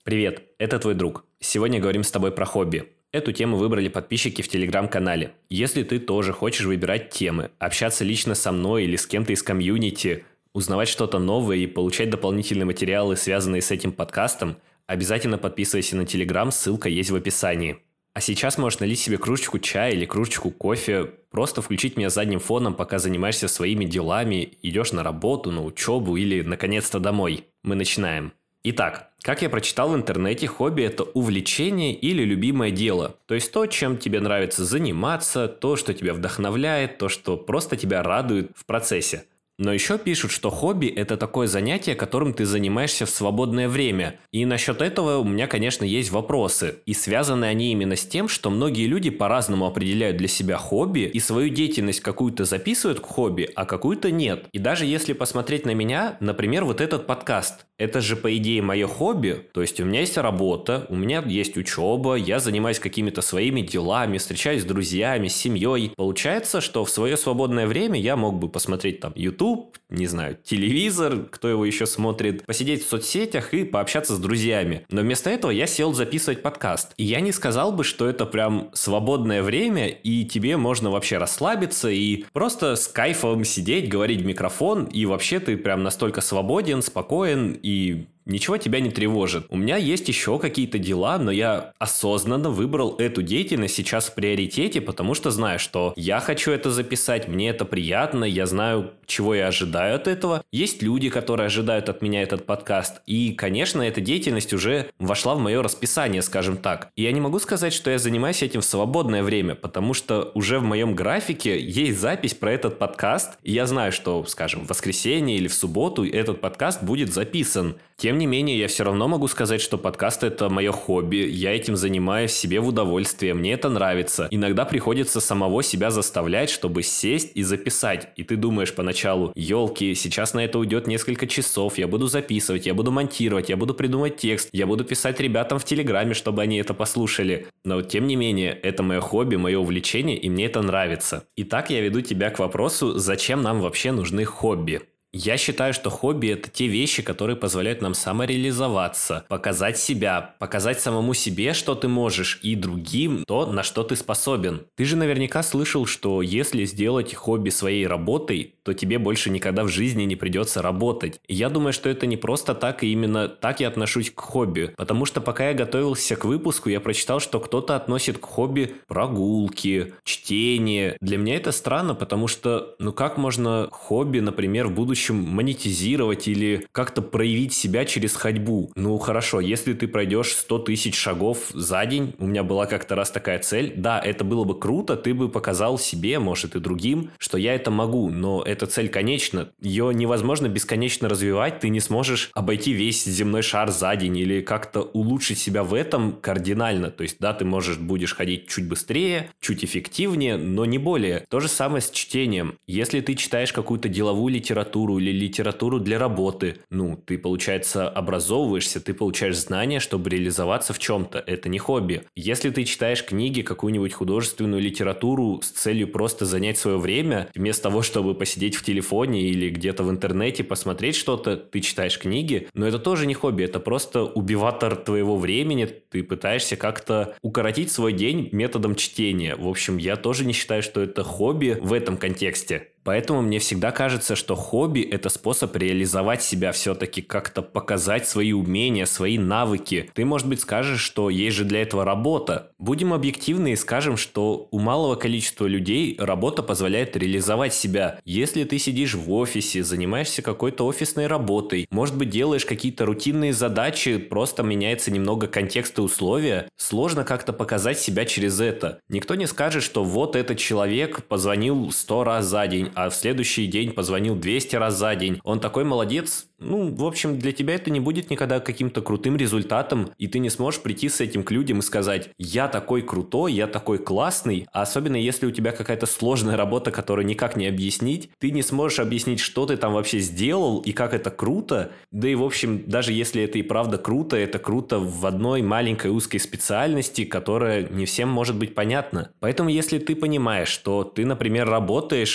Привет, это твой друг. Сегодня говорим с тобой про хобби. Эту тему выбрали подписчики в телеграм-канале. Если ты тоже хочешь выбирать темы, общаться лично со мной или с кем-то из комьюнити, узнавать что-то новое и получать дополнительные материалы, связанные с этим подкастом, обязательно подписывайся на телеграм, ссылка есть в описании. А сейчас можешь налить себе кружечку чая или кружечку кофе, просто включить меня задним фоном, пока занимаешься своими делами, идешь на работу, на учебу или, наконец-то, домой. Мы начинаем. Итак, как я прочитал в интернете, хобби – это увлечение или любимое дело. То есть то, чем тебе нравится заниматься, то, что тебя вдохновляет, то, что просто тебя радует в процессе. Но еще пишут, что хобби – это такое занятие, которым ты занимаешься в свободное время. И насчет этого у меня, конечно, есть вопросы. И связаны они именно с тем, что многие люди по-разному определяют для себя хобби и свою деятельность какую-то записывают к хобби, а какую-то нет. И даже если посмотреть на меня, например, вот этот подкаст. Это же, по идее, мое хобби. То есть у меня есть работа, у меня есть учеба, я занимаюсь какими-то своими делами, встречаюсь с друзьями, с семьей. Получается, что в свое свободное время я мог бы посмотреть там YouTube, не знаю, телевизор, кто его еще смотрит, посидеть в соцсетях и пообщаться с друзьями. Но вместо этого я сел записывать подкаст. И я не сказал бы, что это прям свободное время, и тебе можно вообще расслабиться и просто с кайфом сидеть, говорить в микрофон, и вообще ты прям настолько свободен, спокоен и ничего тебя не тревожит. У меня есть еще какие-то дела, но я осознанно выбрал эту деятельность сейчас в приоритете, потому что знаю, что я хочу это записать, мне это приятно, я знаю, чего я ожидаю от этого. Есть люди, которые ожидают от меня этот подкаст, и, конечно, эта деятельность уже вошла в мое расписание, скажем так. И я не могу сказать, что я занимаюсь этим в свободное время, потому что уже в моем графике есть запись про этот подкаст, и я знаю, что, скажем, в воскресенье или в субботу этот подкаст будет записан. Тем не менее, я все равно могу сказать, что подкаст – это мое хобби, я этим занимаюсь себе в удовольствие, мне это нравится. Иногда приходится самого себя заставлять, чтобы сесть и записать. И ты думаешь поначалу: елки, сейчас на это уйдет несколько часов, я буду записывать, я буду монтировать, я буду придумать текст, я буду писать ребятам в Телеграме, чтобы они это послушали. Но тем не менее, это мое хобби, мое увлечение, и мне это нравится. Итак, я веду тебя к вопросу, зачем нам вообще нужны хобби? Я считаю, что хобби – это те вещи, которые позволяют нам самореализоваться, показать себя, показать самому себе, что ты можешь, и другим то, на что ты способен. Ты же наверняка слышал, что если сделать хобби своей работой, то тебе больше никогда в жизни не придется работать. И я думаю, что это не просто так, и именно так я отношусь к хобби. Потому что пока я готовился к выпуску, я прочитал, что кто-то относит к хобби прогулки, чтение. Для меня это странно, потому что, как можно хобби, например, в будущем монетизировать или как-то проявить себя через ходьбу? Хорошо, если ты пройдешь 100 тысяч шагов за день, у меня была как-то раз такая цель, да, это было бы круто, ты бы показал себе, может и другим, что я это могу, но эта цель конечна, ее невозможно бесконечно развивать, ты не сможешь обойти весь земной шар за день или как-то улучшить себя в этом кардинально, то есть да, ты будешь ходить чуть быстрее, чуть эффективнее, но не более. То же самое с чтением. Если ты читаешь какую-то деловую литературу или литературу для работы, ты, получается, образовываешься, ты получаешь знания, чтобы реализоваться в чем-то. Это не хобби. Если ты читаешь книги, какую-нибудь художественную литературу с целью просто занять свое время, вместо того, чтобы посидеть в телефоне или где-то в интернете посмотреть что-то, ты читаешь книги, но это тоже не хобби, это просто убиватор твоего времени, ты пытаешься как-то укоротить свой день методом чтения. В общем, я тоже не считаю, что это хобби в этом контексте. Поэтому мне всегда кажется, что хобби – это способ реализовать себя все-таки, как-то показать свои умения, свои навыки. Ты, может быть, скажешь, что есть же для этого работа. Будем объективны и скажем, что у малого количества людей работа позволяет реализовать себя. Если ты сидишь в офисе, занимаешься какой-то офисной работой, может быть, делаешь какие-то рутинные задачи, просто меняется немного контекст и условия, сложно как-то показать себя через это. Никто не скажет, что вот этот человек позвонил 100 раз за день, а в следующий день позвонил 200 раз за день. Он такой молодец. В общем, для тебя это не будет никогда каким-то крутым результатом, и ты не сможешь прийти с этим к людям и сказать: я такой крутой, я такой классный. А особенно если у тебя какая-то сложная работа, которую никак не объяснить, ты не сможешь объяснить, что ты там вообще сделал и как это круто. Да и в общем, даже если это и правда круто, это круто в одной маленькой узкой специальности, которая не всем может быть понятна. Поэтому если ты понимаешь, что ты, например, работаешь, и вся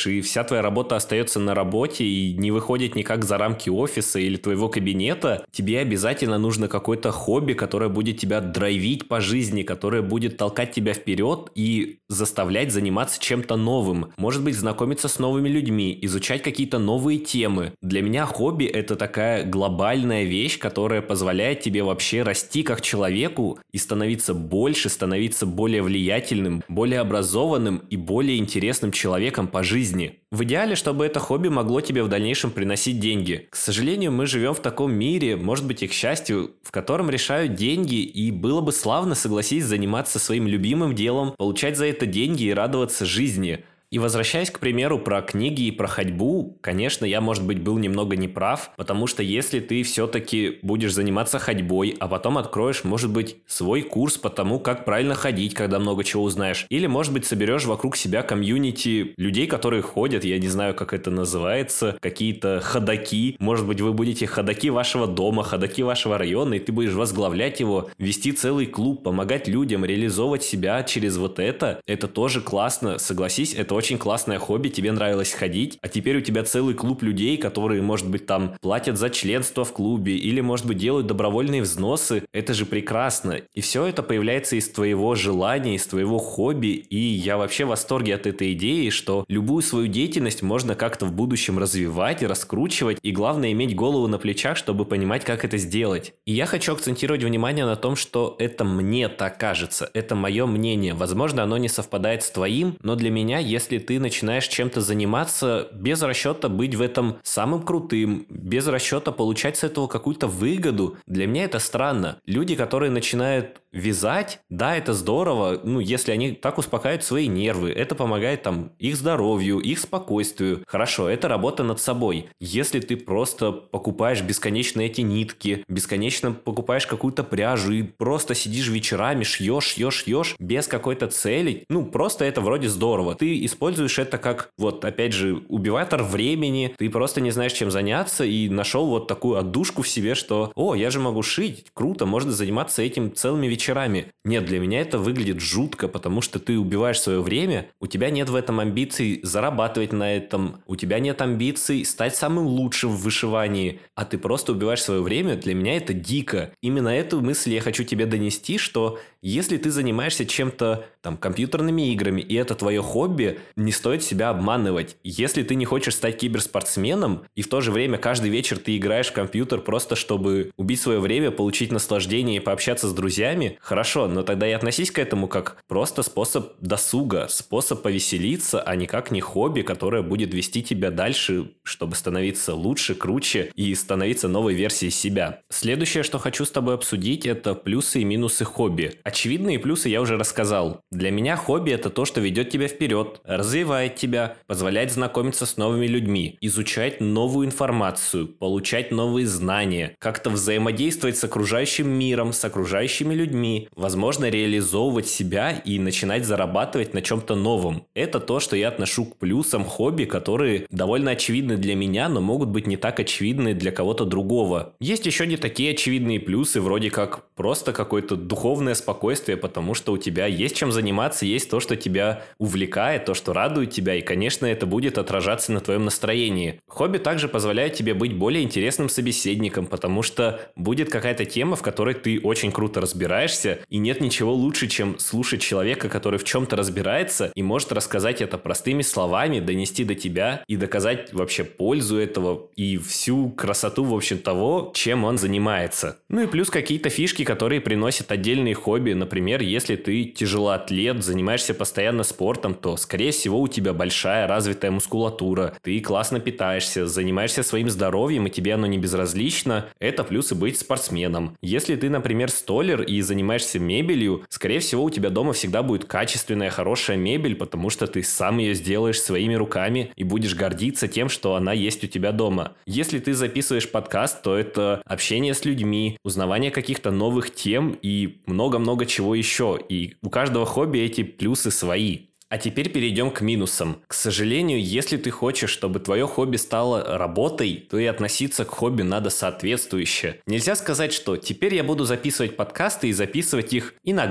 твоя работа остается на работе и не выходит никак за рамки офиса или твоего кабинета, тебе обязательно нужно какое-то хобби, которое будет тебя драйвить по жизни, которое будет толкать тебя вперед и заставлять заниматься чем-то новым. Может быть, знакомиться с новыми людьми, изучать какие-то новые темы. Для меня хобби – это такая глобальная вещь, которая позволяет тебе вообще расти как человеку и становиться больше, становиться более влиятельным, более образованным и более интересным человеком по жизни. В идеале, чтобы это хобби могло тебе в дальнейшем приносить деньги. К сожалению, мы живем в таком мире, может быть и к счастью, в котором решают деньги, и было бы славно, согласись, заниматься своим любимым делом, получать за это деньги и радоваться жизни. И возвращаясь, к примеру, про книги и про ходьбу, конечно, я, может быть, был немного неправ, потому что если ты все-таки будешь заниматься ходьбой, а потом откроешь, может быть, свой курс по тому, как правильно ходить, когда много чего узнаешь, или, может быть, соберешь вокруг себя комьюнити людей, которые ходят, я не знаю, как это называется, какие-то ходаки, может быть, вы будете ходаки вашего дома, ходаки вашего района, и ты будешь возглавлять его, вести целый клуб, помогать людям, реализовывать себя через вот это тоже классно, согласись, это очень классное хобби, тебе нравилось ходить, а теперь у тебя целый клуб людей, которые, может быть, там платят за членство в клубе или, может быть, делают добровольные взносы. Это же прекрасно. И все это появляется из твоего желания, из твоего хобби, и я вообще в восторге от этой идеи, что любую свою деятельность можно как-то в будущем развивать и раскручивать, и главное иметь голову на плечах, чтобы понимать, как это сделать. И я хочу акцентировать внимание на том, что это мне так кажется, это мое мнение. Возможно, оно не совпадает с твоим, но для меня, если ты начинаешь чем-то заниматься без расчета быть в этом самым крутым, без расчета получать с этого какую-то выгоду, для меня это странно. Люди, которые начинают вязать, да, это здорово, если они так успокаивают свои нервы, это помогает там их здоровью, их спокойствию. Хорошо, это работа над собой. Если ты просто покупаешь бесконечно эти нитки, бесконечно покупаешь какую-то пряжу и просто сидишь вечерами, шьешь без какой-то цели, просто это вроде здорово. Ты используешь это как, опять же, убиватор времени, ты просто не знаешь, чем заняться, и нашел вот такую отдушку в себе, что, я же могу шить, круто, можно заниматься этим целыми вечерами. Нет, для меня это выглядит жутко, потому что ты убиваешь свое время, у тебя нет в этом амбиций зарабатывать на этом, у тебя нет амбиций стать самым лучшим в вышивании, а ты просто убиваешь свое время, для меня это дико. Именно эту мысль я хочу тебе донести, что если ты занимаешься чем-то, компьютерными играми, и это твое хобби, не стоит себя обманывать. Если ты не хочешь стать киберспортсменом, и в то же время каждый вечер ты играешь в компьютер просто чтобы убить свое время, получить наслаждение и пообщаться с друзьями, хорошо, но тогда и относись к этому как просто способ досуга, способ повеселиться, а никак не хобби, которое будет вести тебя дальше, чтобы становиться лучше, круче и становиться новой версией себя. Следующее, что хочу с тобой обсудить, это плюсы и минусы хобби. Очевидные плюсы я уже рассказал. Для меня хобби – это то, что ведет тебя вперед, развивает тебя, позволяет знакомиться с новыми людьми, изучать новую информацию, получать новые знания, как-то взаимодействовать с окружающим миром, с окружающими людьми, возможно, реализовывать себя и начинать зарабатывать на чем-то новом. Это то, что я отношу к плюсам хобби, которые довольно очевидны для меня, но могут быть не так очевидны для кого-то другого. Есть еще не такие очевидные плюсы, вроде как просто какое-то духовное спокойствие, потому что у тебя есть чем заниматься, есть то, что тебя увлекает, то, что радует тебя, и, конечно, это будет отражаться на твоем настроении. Хобби также позволяет тебе быть более интересным собеседником, потому что будет какая-то тема, в которой ты очень круто разбираешься, и нет ничего лучше, чем слушать человека, который в чем-то разбирается и может рассказать это простыми словами, донести до тебя и доказать вообще пользу этого и всю красоту, в общем, того, чем он занимается. И плюс какие-то фишки, которые приносят отдельные хобби. Например, если ты тяжелоатлет, занимаешься постоянно спортом, то, скорее всего, у тебя большая развитая мускулатура, ты классно питаешься, занимаешься своим здоровьем, и тебе оно не безразлично. Это плюсы быть спортсменом. Если ты, например, столер и занимаешься мебелью, скорее всего, у тебя дома всегда будет качественная, хорошая мебель, потому что ты сам ее сделаешь своими руками и будешь гордиться тем, что она есть у тебя дома. Если ты записываешь подкаст, то это общение с людьми, узнавание каких-то новых тем и много-много чего еще. И у каждого хобби эти плюсы свои. А теперь перейдем к минусам. К сожалению, если ты хочешь, чтобы твое хобби стало работой, то и относиться к хобби надо соответствующе. Нельзя сказать, что теперь я буду записывать подкасты и записывать их иногда.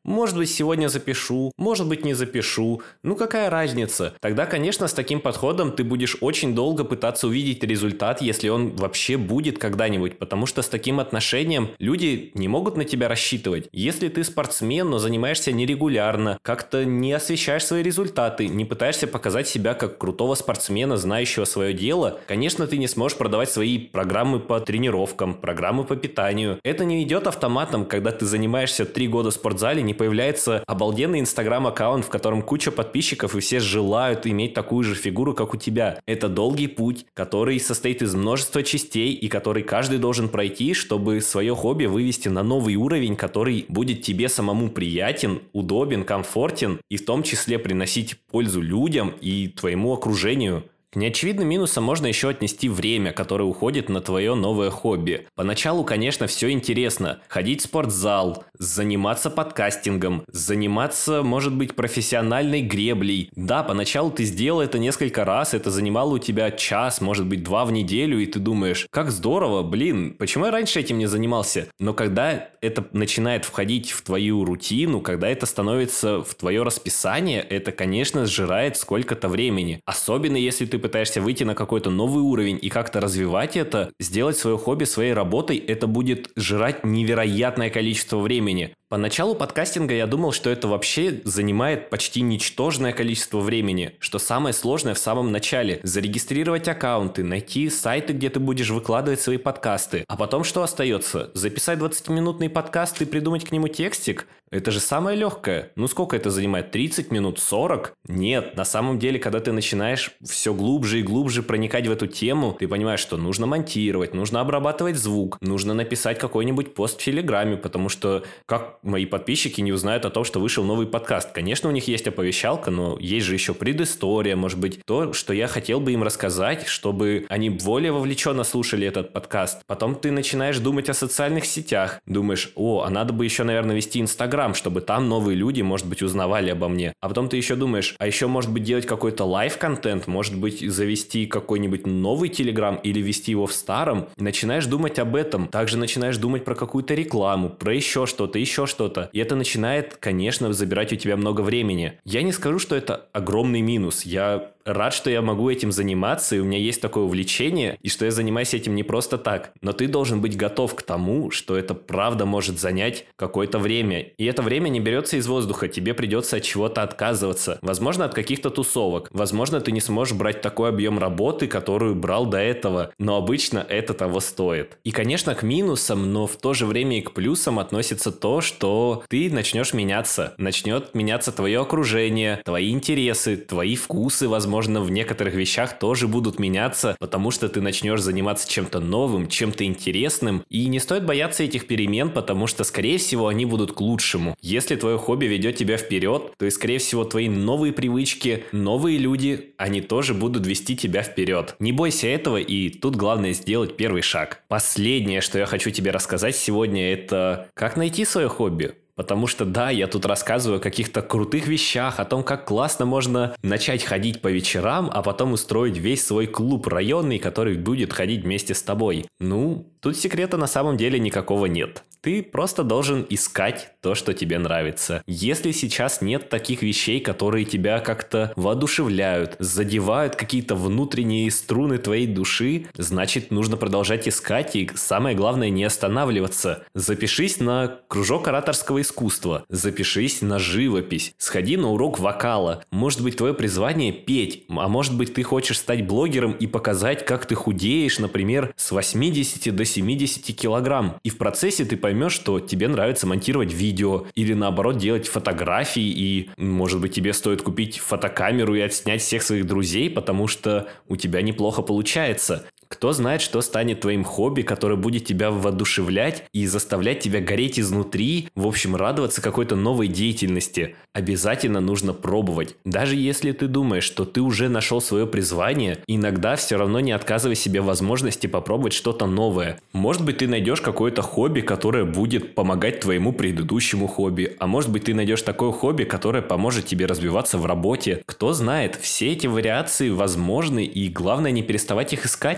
Может быть, сегодня запишу, может быть, не запишу. Ну, какая разница? Тогда, конечно, с таким подходом ты будешь очень долго пытаться увидеть результат, если он вообще будет когда-нибудь, потому что с таким отношением люди не могут на тебя рассчитывать. Если ты спортсмен, но занимаешься нерегулярно, как-то не освещаешь свои результаты, не пытаешься показать себя как крутого спортсмена, знающего свое дело, конечно, ты не сможешь продавать свои программы по тренировкам, программы по питанию. Это не идет автоматом, когда ты занимаешься 3 года в спортзале, не появляется обалденный инстаграм-аккаунт, в котором куча подписчиков, и все желают иметь такую же фигуру, как у тебя. Это долгий путь, который состоит из множества частей, и который каждый должен пройти, чтобы свое хобби вывести на новый уровень, который будет тебе самому приятен, удобен, комфортен, и в том числе приносить пользу людям и твоему окружению. К неочевидным минусам можно еще отнести время, которое уходит на твое новое хобби. Поначалу, конечно, все интересно. Ходить в спортзал, заниматься подкастингом, заниматься, может быть, профессиональной греблей. Да, поначалу ты сделал это несколько раз, это занимало у тебя час, может быть, 2 в неделю, и ты думаешь, как здорово, блин, почему я раньше этим не занимался? Но когда это начинает входить в твою рутину, когда это становится в твое расписание, это, конечно, сжирает сколько-то времени. Особенно если ты пытаешься выйти на какой-то новый уровень и как-то развивать это, сделать свое хобби своей работой, это будет жрать невероятное количество времени. По началу подкастинга я думал, что это вообще занимает почти ничтожное количество времени, что самое сложное в самом начале – зарегистрировать аккаунты, найти сайты, где ты будешь выкладывать свои подкасты. А потом что остается? Записать 20-минутный подкаст и придумать к нему текстик? Это же самое легкое. Ну сколько это занимает? 30 минут? 40? Нет, на самом деле, когда ты начинаешь все глубже и глубже проникать в эту тему, ты понимаешь, что нужно монтировать, нужно обрабатывать звук, нужно написать какой-нибудь пост в Телеграме, потому что как мои подписчики не узнают о том, что вышел новый подкаст? Конечно, у них есть оповещалка, но есть же еще предыстория, может быть, то, что я хотел бы им рассказать, чтобы они более вовлеченно слушали этот подкаст. Потом ты начинаешь думать о социальных сетях, думаешь, а надо бы еще, наверное, вести Инстаграм, чтобы там новые люди, может быть, узнавали обо мне. А потом ты еще думаешь, а еще, может быть, делать какой-то лайв-контент, может быть, завести какой-нибудь новый Телеграм или вести его в старом. Начинаешь думать об этом. Также начинаешь думать про какую-то рекламу, про еще что-то. И это начинает, конечно, забирать у тебя много времени. Я не скажу, что это огромный минус. Я рад, что я могу этим заниматься, и у меня есть такое увлечение, и что я занимаюсь этим не просто так. Но ты должен быть готов к тому, что это правда может занять какое-то время. И это время не берется из воздуха, тебе придется от чего-то отказываться. Возможно, от каких-то тусовок. Возможно, ты не сможешь брать такой объем работы, которую брал до этого. Но обычно это того стоит. И, конечно, к минусам, но в то же время и к плюсам относится то, что ты начнешь меняться. Начнет меняться твое окружение, твои интересы, твои вкусы, возможно, в некоторых вещах тоже будут меняться, потому что ты начнешь заниматься чем-то новым, чем-то интересным. И не стоит бояться этих перемен, потому что, скорее всего, они будут к лучшему. Если твое хобби ведет тебя вперед, то и, скорее всего, твои новые привычки, новые люди, они тоже будут вести тебя вперед. Не бойся этого, и тут главное сделать первый шаг. Последнее, что я хочу тебе рассказать сегодня, это как найти свое хобби. Потому что, да, я тут рассказываю о каких-то крутых вещах, о том, как классно можно начать ходить по вечерам, а потом устроить весь свой клуб районный, который будет ходить вместе с тобой. Ну, тут секрета на самом деле никакого нет. Ты просто должен искать то, что тебе нравится. Если сейчас нет таких вещей, которые тебя как-то воодушевляют, задевают какие-то внутренние струны твоей души, значит, нужно продолжать искать и, самое главное, не останавливаться. Запишись на кружок ораторского искусства, запишись на живопись, сходи на урок вокала. Может быть, твое призвание петь, а может быть, ты хочешь стать блогером и показать, как ты худеешь, например, с 80 до 70 килограмм. И в процессе ты поймешь, что тебе нравится монтировать видео или наоборот делать фотографии, и может быть тебе стоит купить фотокамеру и отснять всех своих друзей, потому что у тебя неплохо получается. Кто знает, что станет твоим хобби, которое будет тебя воодушевлять и заставлять тебя гореть изнутри, в общем, радоваться какой-то новой деятельности. Обязательно нужно пробовать. Даже если ты думаешь, что ты уже нашел свое призвание, иногда все равно не отказывай себе в возможности попробовать что-то новое. Может быть, ты найдешь какое-то хобби, которое будет помогать твоему предыдущему хобби. А может быть, ты найдешь такое хобби, которое поможет тебе развиваться в работе. Кто знает, все эти вариации возможны, и главное не переставать их искать.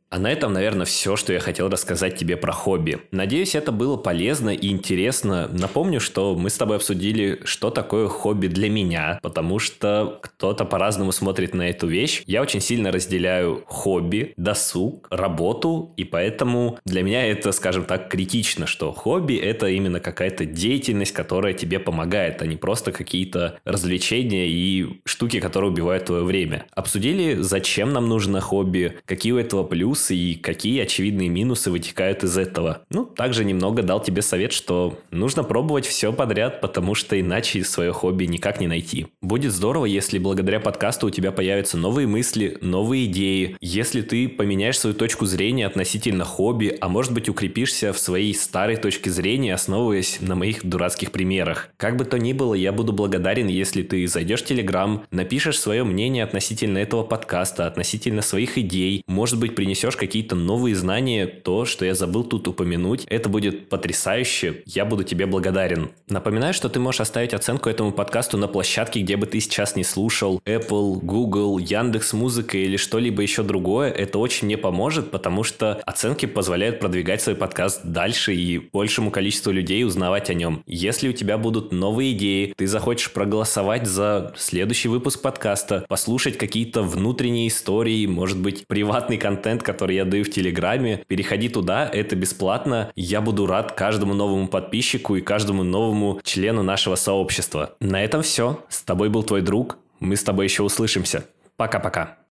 А на этом, наверное, все, что я хотел рассказать тебе про хобби. Надеюсь, это было полезно и интересно. Напомню, что мы с тобой обсудили, что такое хобби для меня, потому что кто-то по-разному смотрит на эту вещь. Я очень сильно разделяю хобби, досуг, работу, и поэтому для меня это, скажем так, критично, что хобби – это именно какая-то деятельность, которая тебе помогает, а не просто какие-то развлечения и штуки, которые убивают твое время. Обсудили, зачем нам нужно хобби, какие у этого плюсы, и какие очевидные минусы вытекают из этого. Также немного дал тебе совет, что нужно пробовать все подряд, потому что иначе свое хобби никак не найти. Будет здорово, если благодаря подкасту у тебя появятся новые мысли, новые идеи, если ты поменяешь свою точку зрения относительно хобби, а может быть укрепишься в своей старой точке зрения, основываясь на моих дурацких примерах. Как бы то ни было, я буду благодарен, если ты зайдешь в Телеграм, напишешь свое мнение относительно этого подкаста, относительно своих идей, может быть, принесешь какие-то новые знания, то, что я забыл тут упомянуть. Это будет потрясающе. Я буду тебе благодарен. Напоминаю, что ты можешь оставить оценку этому подкасту на площадке, где бы ты сейчас не слушал. Apple, Google, Яндекс.Музыка или что-либо еще другое. Это очень мне поможет, потому что оценки позволяют продвигать свой подкаст дальше и большему количеству людей узнавать о нем. Если у тебя будут новые идеи, ты захочешь проголосовать за следующий выпуск подкаста, послушать какие-то внутренние истории, может быть, приватный контент, который я даю в Телеграме, переходи туда, это бесплатно. Я буду рад каждому новому подписчику и каждому новому члену нашего сообщества. На этом все. С тобой был твой друг. Мы с тобой еще услышимся. Пока-пока.